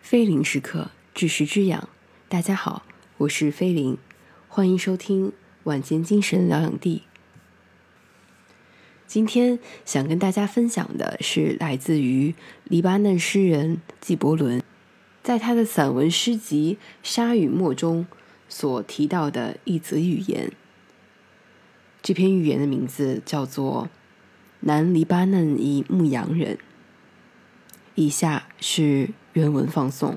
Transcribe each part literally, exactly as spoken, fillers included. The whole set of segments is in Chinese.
菲林时刻，知识之养。大家好，我是菲林，欢迎收听晚间精神疗养地。今天想跟大家分享的是来自于黎巴嫩诗人纪伯伦，在他的散文诗集《沙与沫》中所提到的一则寓言。这篇寓言的名字叫做《南黎巴嫩一牧羊人》。以下是原文放送。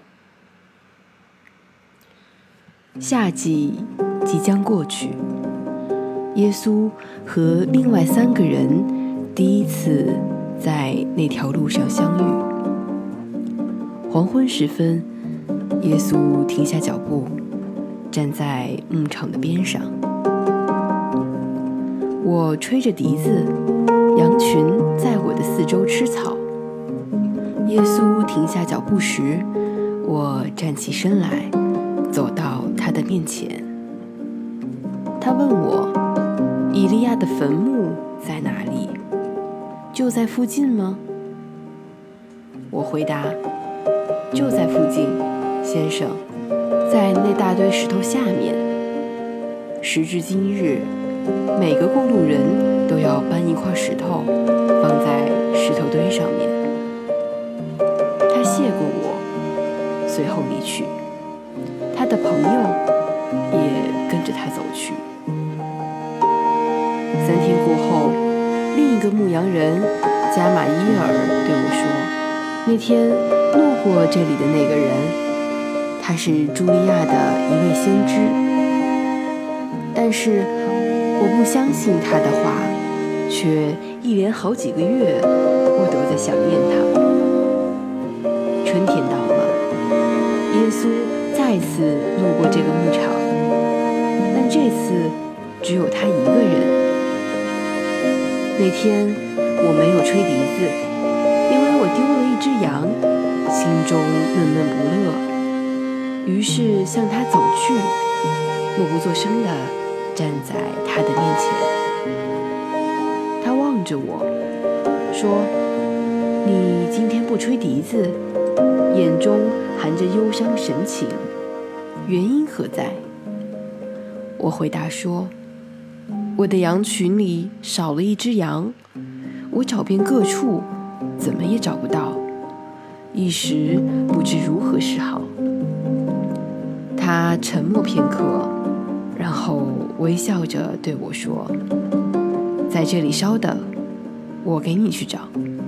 夏季即将过去，耶稣和另外三个人第一次在那条路上相遇。黄昏时分，耶稣停下脚步，站在牧场的边上。我吹着笛子，羊群在我的四周吃草。耶稣停下脚步时，我站起身来，走到他的面前。他问我，以利亚的坟墓在哪里？就在附近吗？我回答，就在附近，先生，在那大堆石头下面。时至今日，每个过路人都要搬一块石头放在石头堆上面。他谢过我，随后离去，他的朋友也跟着他走去。三天过后，另一个牧羊人加马伊尔对我说，那天路过这里的那个人，他是茱莉亚的一位先知。但是我不相信他的话，却一连好几个月我都在想念他。春天到了，耶稣再次路过这个牧场，但这次只有他一个人。那天我没有吹笛子，因为我丢了一只羊，心中闷闷不乐，于是向他走去，默不作声地站在他的面前。他望着我说，你今天不吹笛子，眼中含着忧伤神情，原因何在？我回答说，我的羊群里少了一只羊，我找遍各处，怎么也找不到，一时不知如何是好。他沉默片刻，然后微笑着对我说，在这里稍等，我给你去找。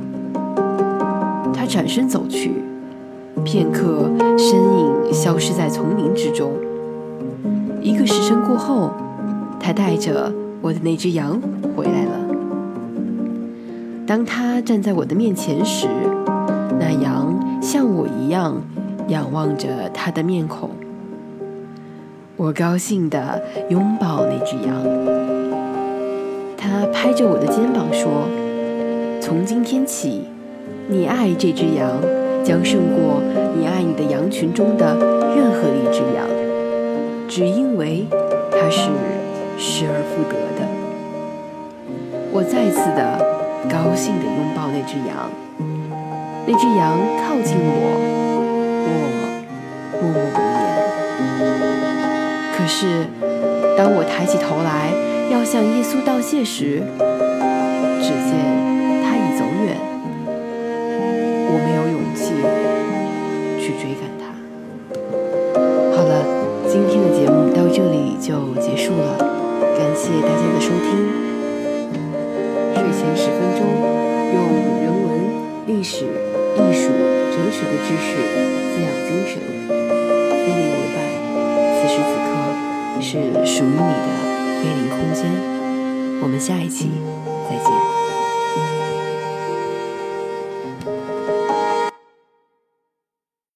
他转身走去，片刻身影消失在丛林之中。一个时辰过后，他带着我的那只羊回来了。当他站在我的面前时，那羊像我一样仰望着他的面孔。我高兴地拥抱那只羊。他拍着我的肩膀说，从今天起，你爱这只羊将胜过你爱你的羊群中的任何一只羊，只因为它是失而复得的。我再次的高兴地拥抱那只羊。那只羊靠近我，我默默无言。可是当我抬起头来要向耶稣道谢时，只见他已走远，我没有勇气去追赶他。好了，今天的节目到这里就结束了，感谢大家的收听。睡前十分钟，用人文、历史、艺术、哲学的知识滋养精神，非你为伴。此时此刻是属于你的菲林空间，我们下一期再见。